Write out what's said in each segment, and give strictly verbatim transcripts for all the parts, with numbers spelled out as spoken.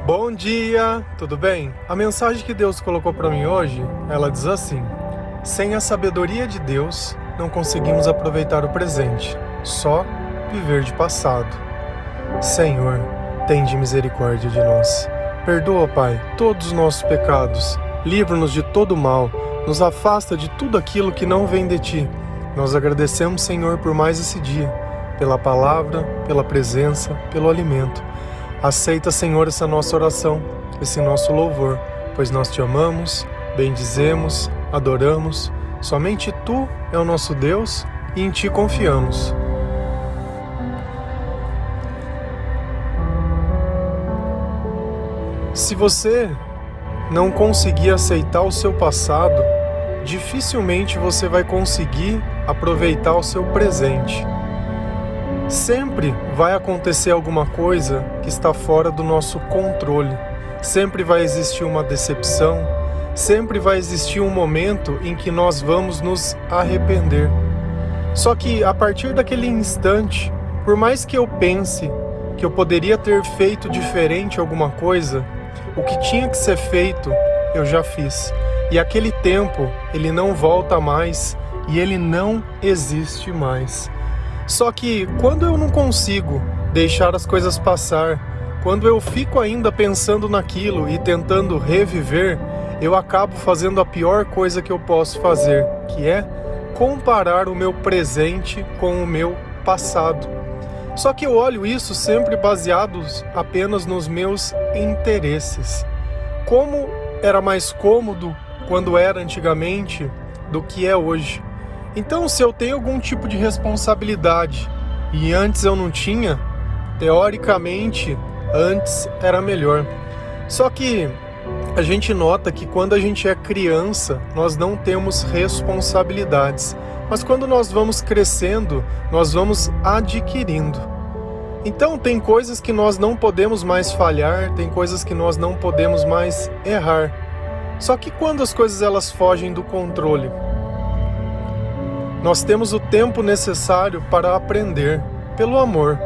Bom dia, tudo bem? A mensagem que Deus colocou para mim hoje, ela diz assim: sem a sabedoria de Deus, não conseguimos aproveitar o presente, só viver de passado. Senhor, tende misericórdia de nós. Perdoa, Pai, todos os nossos pecados, livra-nos de todo mal, nos afasta de tudo aquilo que não vem de Ti. Nós agradecemos, Senhor, por mais esse dia, pela palavra, pela presença, pelo alimento. Aceita, Senhor, essa nossa oração, esse nosso louvor, pois nós Te amamos, bendizemos, adoramos. Somente Tu é o nosso Deus e em Ti confiamos. Se você não conseguir aceitar o seu passado, dificilmente você vai conseguir aproveitar o seu presente. Sempre vai acontecer alguma coisa que está fora do nosso controle. Sempre vai existir uma decepção, sempre vai existir um momento em que nós vamos nos arrepender. Só que a partir daquele instante, por mais que eu pense que eu poderia ter feito diferente alguma coisa, o que tinha que ser feito, eu já fiz. E aquele tempo, ele não volta mais e ele não existe mais. Só que quando eu não consigo deixar as coisas passar, quando eu fico ainda pensando naquilo e tentando reviver, eu acabo fazendo a pior coisa que eu posso fazer, que é comparar o meu presente com o meu passado. Só que eu olho isso sempre baseado apenas nos meus interesses. Como era mais cômodo quando era antigamente do que é hoje. Então, se eu tenho algum tipo de responsabilidade e antes eu não tinha, teoricamente, antes era melhor. Só que a gente nota que quando a gente é criança, nós não temos responsabilidades. Mas quando nós vamos crescendo, nós vamos adquirindo. Então tem coisas que nós não podemos mais falhar, tem coisas que nós não podemos mais errar. Só que quando as coisas elas fogem do controle, nós temos o tempo necessário para aprender pelo amor.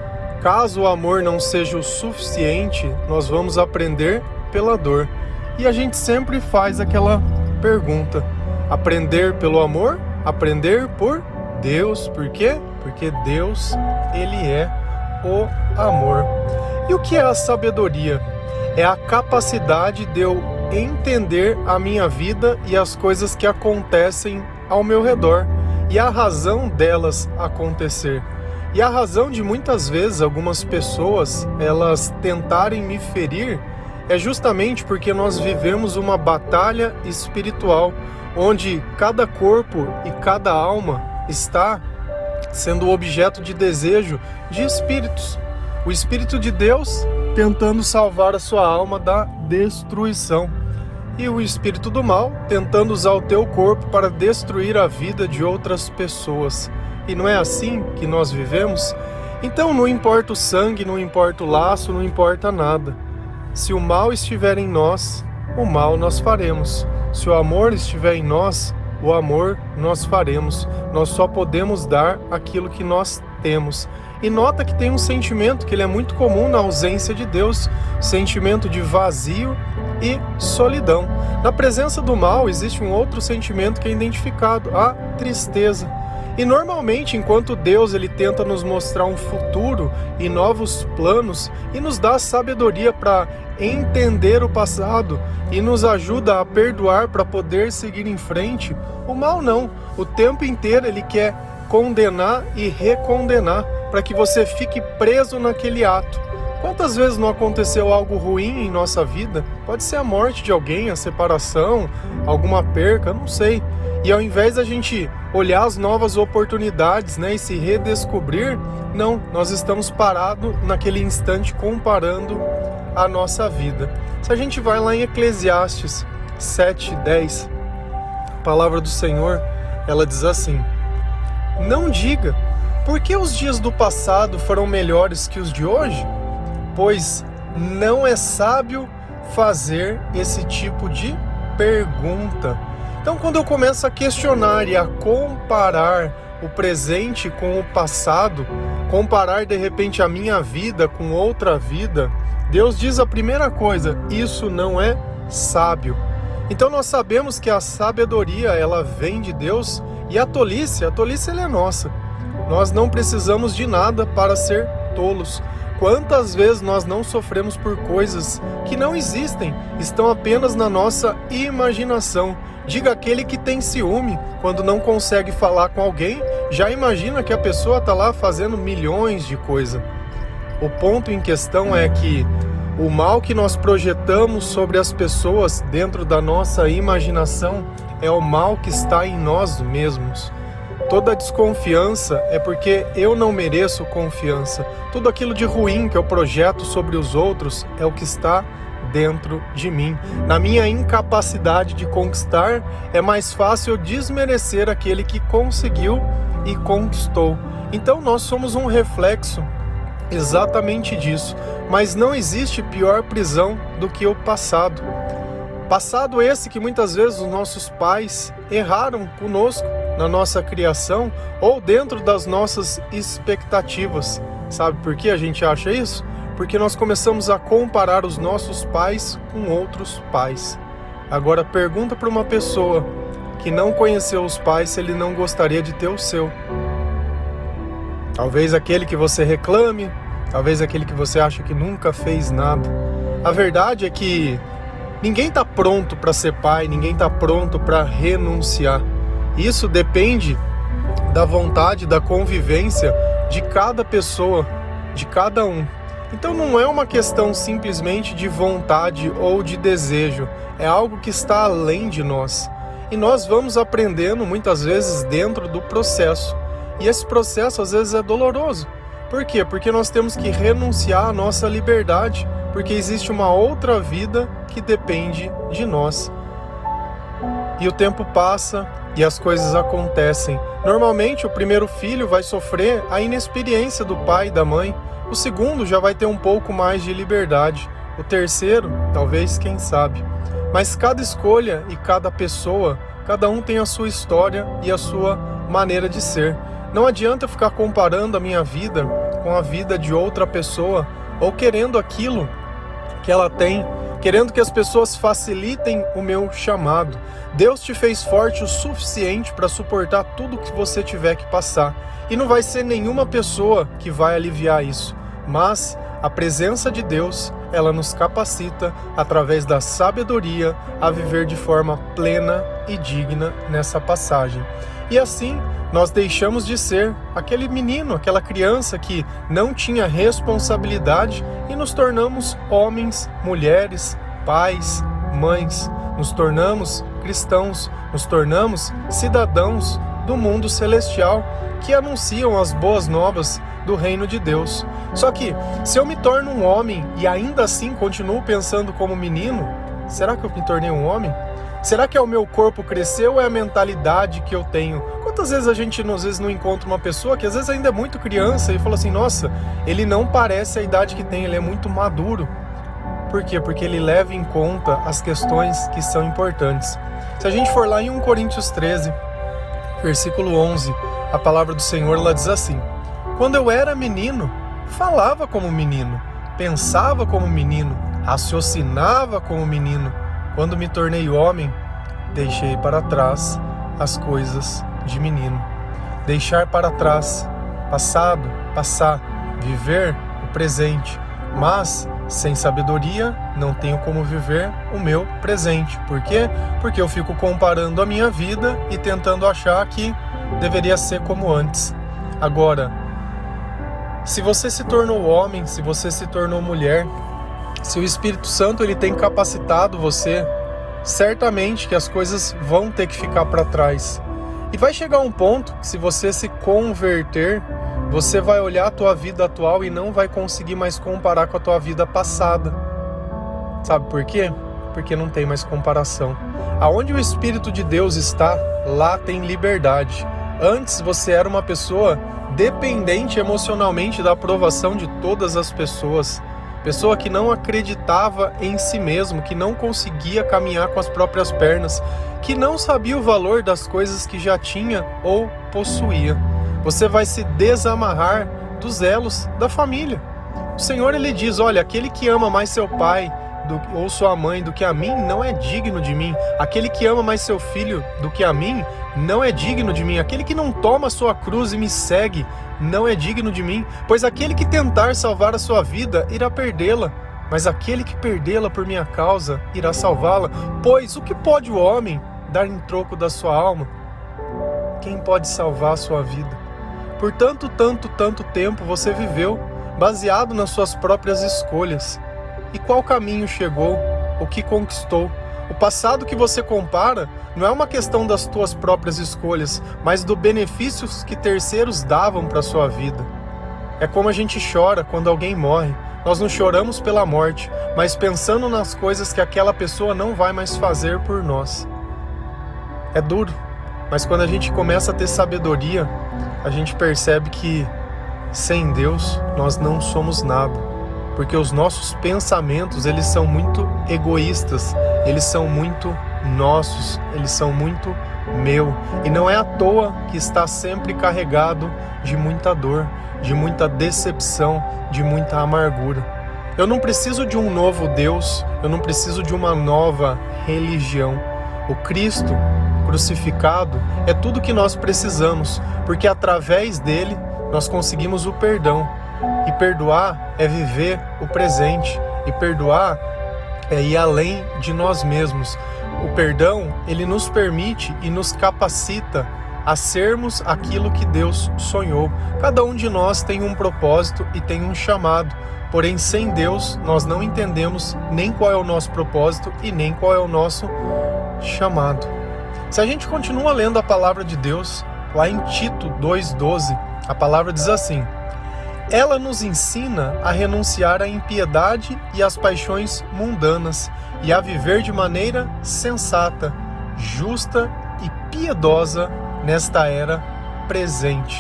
Caso o amor não seja o suficiente, nós vamos aprender pela dor. E a gente sempre faz aquela pergunta: aprender pelo amor? Aprender por Deus. Por quê? Porque Deus, Ele é o amor. E o que é a sabedoria? É a capacidade de eu entender a minha vida e as coisas que acontecem ao meu redor e a razão delas acontecer. E a razão de muitas vezes algumas pessoas elas tentarem me ferir é justamente porque nós vivemos uma batalha espiritual, onde cada corpo e cada alma está sendo objeto de desejo de espíritos. O Espírito de Deus tentando salvar a sua alma da destruição. E o Espírito do mal tentando usar o teu corpo para destruir a vida de outras pessoas. E não é assim que nós vivemos? Então não importa o sangue, não importa o laço, não importa nada. Se o mal estiver em nós, o mal nós faremos. Se o amor estiver em nós, o amor nós faremos. Nós só podemos dar aquilo que nós temos. E nota que tem um sentimento que ele é muito comum na ausência de Deus, sentimento de vazio e solidão. Na presença do mal existe um outro sentimento que é identificado, a tristeza. E normalmente, enquanto Deus ele tenta nos mostrar um futuro e novos planos e nos dá sabedoria para entender o passado e nos ajuda a perdoar para poder seguir em frente, o mal não. O tempo inteiro ele quer condenar e recondenar para que você fique preso naquele ato. Quantas vezes não aconteceu algo ruim em nossa vida? Pode ser a morte de alguém, a separação, alguma perca, não sei. E ao invés da gente olhar as novas oportunidades, né, e se redescobrir, não, nós estamos parados naquele instante comparando a nossa vida. Se a gente vai lá em Eclesiastes sete, dez, a palavra do Senhor, ela diz assim: não diga, por que os dias do passado foram melhores que os de hoje? Pois não é sábio fazer esse tipo de pergunta. Então, quando eu começo a questionar e a comparar o presente com o passado, comparar de repente a minha vida com outra vida, Deus diz a primeira coisa: isso não é sábio. Então nós sabemos que a sabedoria, ela vem de Deus, e a tolice, a tolice ela é nossa. Nós não precisamos de nada para ser tolos. Quantas vezes nós não sofremos por coisas que não existem, estão apenas na nossa imaginação. Diga aquele que tem ciúme, quando não consegue falar com alguém, já imagina que a pessoa está lá fazendo milhões de coisas. O ponto em questão é que o mal que nós projetamos sobre as pessoas dentro da nossa imaginação é o mal que está em nós mesmos. Toda desconfiança é porque eu não mereço confiança. Tudo aquilo de ruim que eu projeto sobre os outros é o que está dentro de mim. Na minha incapacidade de conquistar, é mais fácil eu desmerecer aquele que conseguiu e conquistou. Então nós somos um reflexo exatamente disso. Mas não existe pior prisão do que o passado. Passado esse que muitas vezes os nossos pais erraram conosco na nossa criação ou dentro das nossas expectativas. Sabe por que a gente acha isso? Porque nós começamos a comparar os nossos pais com outros pais. Agora pergunta para uma pessoa que não conheceu os pais se ele não gostaria de ter o seu. Talvez aquele que você reclame, talvez aquele que você acha que nunca fez nada. A verdade é que ninguém está pronto para ser pai, ninguém está pronto para renunciar. Isso depende da vontade, da convivência de cada pessoa, de cada um. Então não é uma questão simplesmente de vontade ou de desejo, é algo que está além de nós. E nós vamos aprendendo muitas vezes dentro do processo. E esse processo às vezes é doloroso. Por quê? Porque nós temos que renunciar à nossa liberdade, porque existe uma outra vida que depende de nós. E o tempo passa e as coisas acontecem. Normalmente o primeiro filho vai sofrer a inexperiência do pai e da mãe. O segundo já vai ter um pouco mais de liberdade. O terceiro, talvez, quem sabe. Mas cada escolha e cada pessoa, cada um tem a sua história e a sua maneira de ser. Não adianta ficar comparando a minha vida com a vida de outra pessoa ou querendo aquilo que ela tem, querendo que as pessoas facilitem o meu chamado. Deus te fez forte o suficiente para suportar tudo que você tiver que passar. E não vai ser nenhuma pessoa que vai aliviar isso. Mas a presença de Deus, ela nos capacita, através da sabedoria, a viver de forma plena e digna nessa passagem. E assim, nós deixamos de ser aquele menino, aquela criança que não tinha responsabilidade e nos tornamos homens, mulheres, pais, mães. Nos tornamos cristãos, nos tornamos cidadãos do mundo celestial que anunciam as boas novas do reino de Deus. Só que, se eu me torno um homem e ainda assim continuo pensando como menino, será que eu me tornei um homem? Será que é o meu corpo cresceu ou é a mentalidade que eu tenho? Quantas vezes a gente às vezes não encontra uma pessoa que às vezes ainda é muito criança e fala assim, nossa, ele não parece a idade que tem, ele é muito maduro. Por quê? Porque ele leva em conta as questões que são importantes. Se a gente for lá em Primeira Coríntios treze, versículo onze, a palavra do Senhor ela diz assim: quando eu era menino, falava como menino, pensava como menino, raciocinava como menino. Quando me tornei homem, deixei para trás as coisas de menino. Deixar para trás, passado, passar, viver o presente. Mas, sem sabedoria, não tenho como viver o meu presente. Por quê? Porque eu fico comparando a minha vida e tentando achar que deveria ser como antes. Agora, se você se tornou homem, se você se tornou mulher, se o Espírito Santo ele tem capacitado você, certamente que as coisas vão ter que ficar para trás. E vai chegar um ponto que, se você se converter, você vai olhar a tua vida atual e não vai conseguir mais comparar com a tua vida passada. Sabe por quê? Porque não tem mais comparação. Aonde o Espírito de Deus está, lá tem liberdade. Antes você era uma pessoa dependente emocionalmente da aprovação de todas as pessoas. Pessoa que não acreditava em si mesmo, que não conseguia caminhar com as próprias pernas, que não sabia o valor das coisas que já tinha ou possuía. Você vai se desamarrar dos elos da família. O Senhor, ele diz, olha, aquele que ama mais seu pai do, ou sua mãe do que a mim, não é digno de mim. Aquele que ama mais seu filho do que a mim, não é digno de mim. Aquele que não toma sua cruz e me segue, não é digno de mim. Pois aquele que tentar salvar a sua vida, irá perdê-la. Mas aquele que perdê-la por minha causa, irá salvá-la. Pois o que pode o homem dar em troco da sua alma? Quem pode salvar a sua vida? Por tanto, tanto, tanto tempo você viveu, baseado nas suas próprias escolhas. E qual caminho chegou? O que conquistou? O passado que você compara não é uma questão das tuas próprias escolhas, mas dos benefícios que terceiros davam para a sua vida. É como a gente chora quando alguém morre. Nós não choramos pela morte, mas pensando nas coisas que aquela pessoa não vai mais fazer por nós. É duro, mas quando a gente começa a ter sabedoria, a gente percebe que sem Deus nós não somos nada. Porque os nossos pensamentos, eles são muito egoístas, eles são muito nossos, eles são muito meu. E não é à toa que está sempre carregado de muita dor, de muita decepção, de muita amargura. Eu não preciso de um novo Deus, eu não preciso de uma nova religião. O Cristo crucificado é tudo que nós precisamos, porque através dele nós conseguimos o perdão. E perdoar é viver o presente, e perdoar é ir além de nós mesmos. O perdão, ele nos permite e nos capacita a sermos aquilo que Deus sonhou. Cada um de nós tem um propósito e tem um chamado, porém sem Deus nós não entendemos nem qual é o nosso propósito e nem qual é o nosso chamado. Se a gente continua lendo a palavra de Deus, lá em Tito dois, doze, a palavra diz assim: ela nos ensina a renunciar à impiedade e às paixões mundanas e a viver de maneira sensata, justa e piedosa nesta era presente.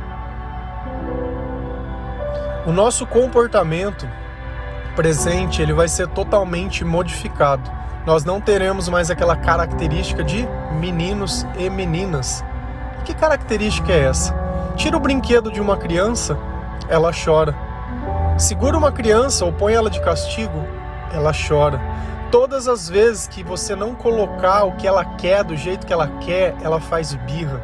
O nosso comportamento presente, ele vai ser totalmente modificado. Nós não teremos mais aquela característica de meninos e meninas. Que característica é essa? Tira o brinquedo de uma criança, ela chora. Segura uma criança ou põe ela de castigo, ela chora. Todas as vezes que você não colocar o que ela quer do jeito que ela quer, ela faz birra.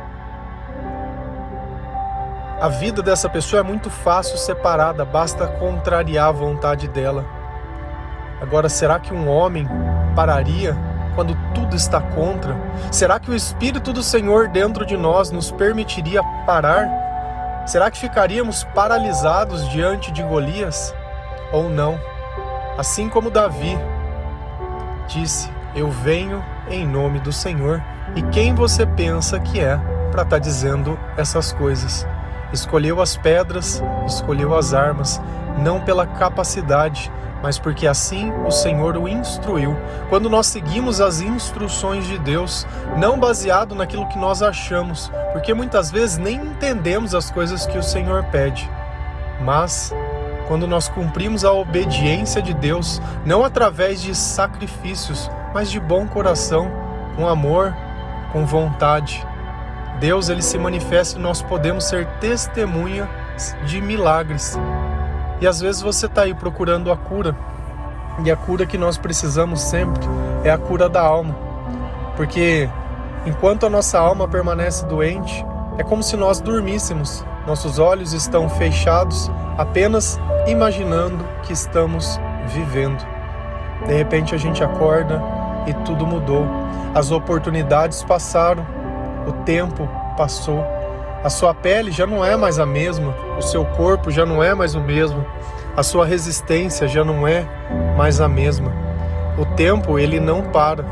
A vida dessa pessoa é muito fácil separada, basta contrariar a vontade dela. Agora, será que um homem pararia quando tudo está contra? Será que o Espírito do Senhor dentro de nós nos permitiria parar? Será que ficaríamos paralisados diante de Golias? Ou não? Assim como Davi disse: eu venho em nome do Senhor. E quem você pensa que é para estar dizendo essas coisas? Escolheu as pedras, escolheu as armas, não pela capacidade, mas porque assim o Senhor o instruiu. Quando nós seguimos as instruções de Deus, não baseado naquilo que nós achamos, porque muitas vezes nem entendemos as coisas que o Senhor pede, mas quando nós cumprimos a obediência de Deus, não através de sacrifícios, mas de bom coração, com amor, com vontade, Deus, ele se manifesta e nós podemos ser testemunhas de milagres. E às vezes você está aí procurando a cura, e a cura que nós precisamos sempre é a cura da alma. Porque enquanto a nossa alma permanece doente, é como se nós dormíssemos. Nossos olhos estão fechados, apenas imaginando que estamos vivendo. De repente a gente acorda e tudo mudou. As oportunidades passaram, o tempo passou. A sua pele já não é mais a mesma, o seu corpo já não é mais o mesmo, a sua resistência já não é mais a mesma. O tempo, ele não para,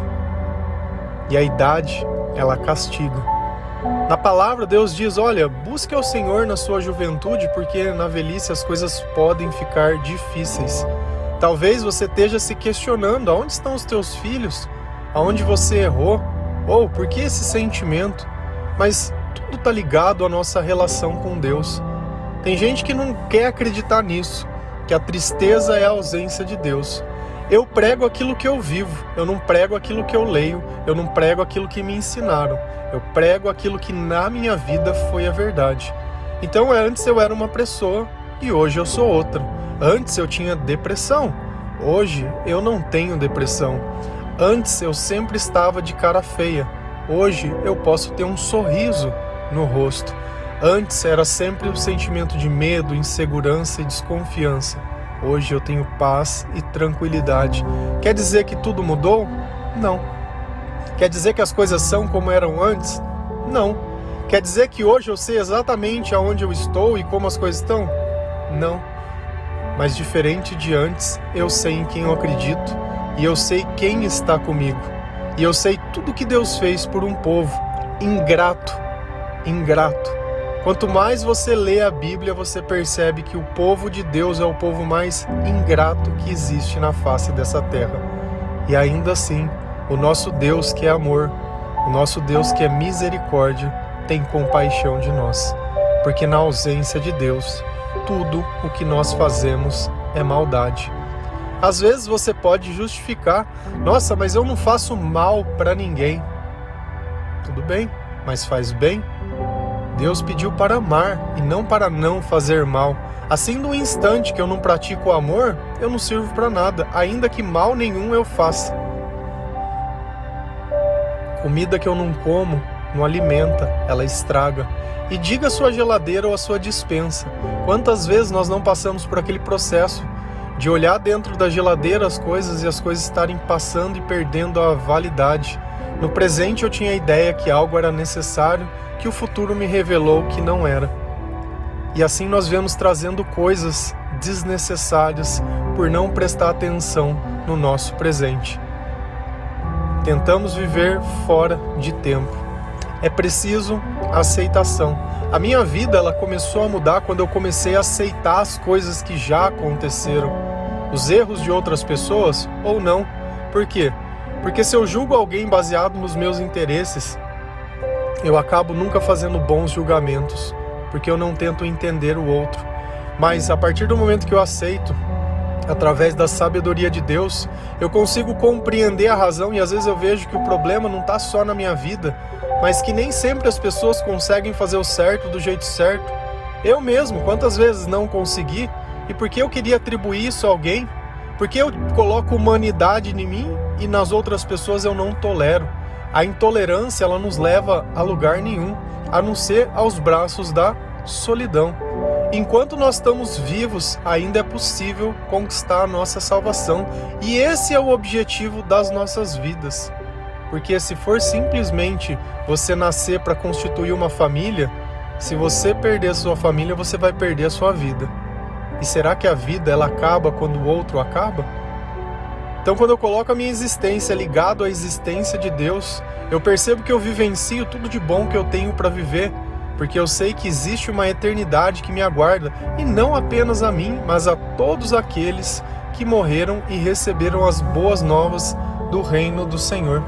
e a idade, ela castiga. Na palavra, Deus diz: olha, busque ao Senhor na sua juventude, porque na velhice as coisas podem ficar difíceis. Talvez você esteja se questionando: aonde estão os teus filhos? Aonde você errou? Ou por que esse sentimento? Mas tudo está ligado à nossa relação com Deus. Tem gente que não quer acreditar nisso, que a tristeza é a ausência de Deus. Eu prego aquilo que eu vivo, eu não prego aquilo que eu leio, eu não prego aquilo que me ensinaram, eu prego aquilo que na minha vida foi a verdade. Então antes eu era uma pessoa e hoje eu sou outra. Antes eu tinha depressão, hoje eu não tenho depressão. Antes eu sempre estava de cara feia, hoje eu posso ter um sorriso no rosto. Antes era sempre o sentimento de medo, insegurança e desconfiança. Hoje eu tenho paz e tranquilidade. Quer dizer que tudo mudou? Não. Quer dizer que as coisas são como eram antes? Não. Quer dizer que hoje eu sei exatamente aonde eu estou e como as coisas estão? Não. Mas diferente de antes, eu sei em quem eu acredito e eu sei quem está comigo. E eu sei tudo que Deus fez por um povo ingrato, ingrato. Quanto mais você lê a Bíblia, você percebe que o povo de Deus é o povo mais ingrato que existe na face dessa terra. E ainda assim, o nosso Deus que é amor, o nosso Deus que é misericórdia, tem compaixão de nós. Porque na ausência de Deus, tudo o que nós fazemos é maldade. Às vezes você pode justificar, nossa, mas eu não faço mal para ninguém. Tudo bem, mas faz bem? Deus pediu para amar e não para não fazer mal. Assim, no instante que eu não pratico o amor, eu não sirvo para nada, ainda que mal nenhum eu faça. Comida que eu não como, não alimenta, ela estraga. E diga a sua geladeira ou a sua despensa, quantas vezes nós não passamos por aquele processo de olhar dentro da geladeira as coisas e as coisas estarem passando e perdendo a validade. No presente eu tinha a ideia que algo era necessário, que o futuro me revelou que não era. E assim nós vemos trazendo coisas desnecessárias por não prestar atenção no nosso presente. Tentamos viver fora de tempo. É preciso aceitação. A minha vida ela começou a mudar quando eu comecei a aceitar as coisas que já aconteceram. Os erros de outras pessoas ou não. Por quê? Porque se eu julgo alguém baseado nos meus interesses, eu acabo nunca fazendo bons julgamentos, porque eu não tento entender o outro. Mas a partir do momento que eu aceito, através da sabedoria de Deus, eu consigo compreender a razão e às vezes eu vejo que o problema não está só na minha vida, mas que nem sempre as pessoas conseguem fazer o certo do jeito certo. Eu mesmo, quantas vezes não consegui, e porque eu queria atribuir isso a alguém, porque eu coloco humanidade em mim e nas outras pessoas eu não tolero. A intolerância ela nos leva a lugar nenhum, a não ser aos braços da solidão. Enquanto nós estamos vivos, ainda é possível conquistar a nossa salvação. E esse é o objetivo das nossas vidas. Porque se for simplesmente você nascer para constituir uma família, se você perder a sua família, você vai perder a sua vida. E será que a vida ela acaba quando o outro acaba? Então, quando eu coloco a minha existência ligado à existência de Deus, eu percebo que eu vivencio tudo de bom que eu tenho para viver, porque eu sei que existe uma eternidade que me aguarda, e não apenas a mim, mas a todos aqueles que morreram e receberam as boas novas do reino do Senhor.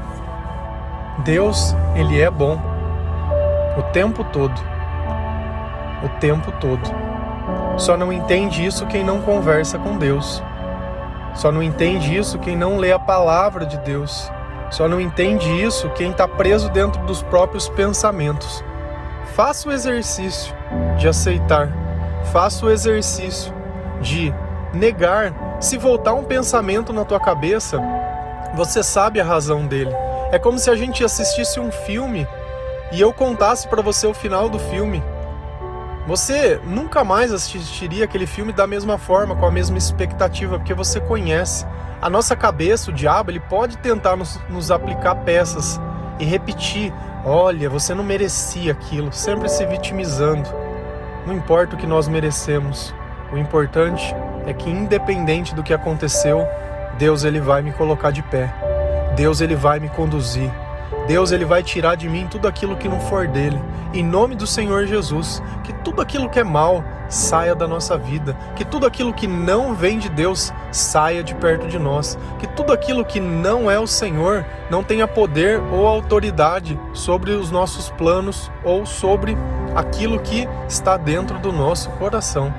Deus, Ele é bom o tempo todo, o tempo todo. Só não entende isso quem não conversa com Deus. Só não entende isso quem não lê a palavra de Deus. Só não entende isso quem está preso dentro dos próprios pensamentos. Faça o exercício de aceitar. Faça o exercício de negar. Se voltar um pensamento na tua cabeça, você sabe a razão dele. É como se a gente assistisse um filme e eu contasse para você o final do filme. Você nunca mais assistiria aquele filme da mesma forma, com a mesma expectativa, porque você conhece. A nossa cabeça, o diabo, ele pode tentar nos, nos aplicar peças e repetir. Olha, você não merecia aquilo, sempre se vitimizando. Não importa o que nós merecemos. O importante é que, independente do que aconteceu, Deus ele vai me colocar de pé. Deus ele vai me conduzir. Deus ele vai tirar de mim tudo aquilo que não for dele. Em nome do Senhor Jesus, que tudo aquilo que é mal saia da nossa vida. Que tudo aquilo que não vem de Deus saia de perto de nós. Que tudo aquilo que não é o Senhor não tenha poder ou autoridade sobre os nossos planos ou sobre aquilo que está dentro do nosso coração.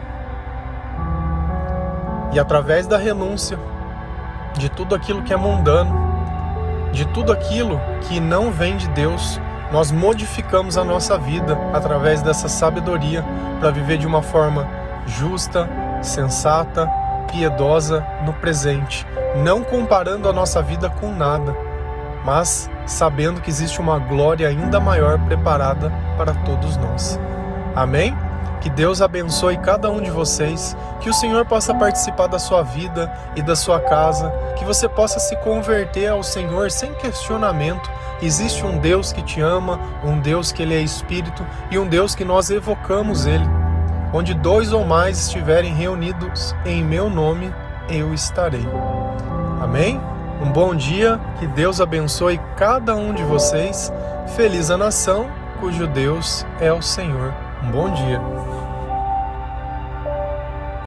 E através da renúncia de tudo aquilo que é mundano, de tudo aquilo que não vem de Deus, nós modificamos a nossa vida através dessa sabedoria para viver de uma forma justa, sensata, piedosa no presente, não comparando a nossa vida com nada, mas sabendo que existe uma glória ainda maior preparada para todos nós. Amém? Que Deus abençoe cada um de vocês, que o Senhor possa participar da sua vida e da sua casa, que você possa se converter ao Senhor sem questionamento. Existe um Deus que te ama, um Deus que Ele é Espírito e um Deus que nós evocamos Ele. Onde dois ou mais estiverem reunidos em meu nome, eu estarei. Amém? Um bom dia, que Deus abençoe cada um de vocês. Feliz a nação cujo Deus é o Senhor. Um bom dia.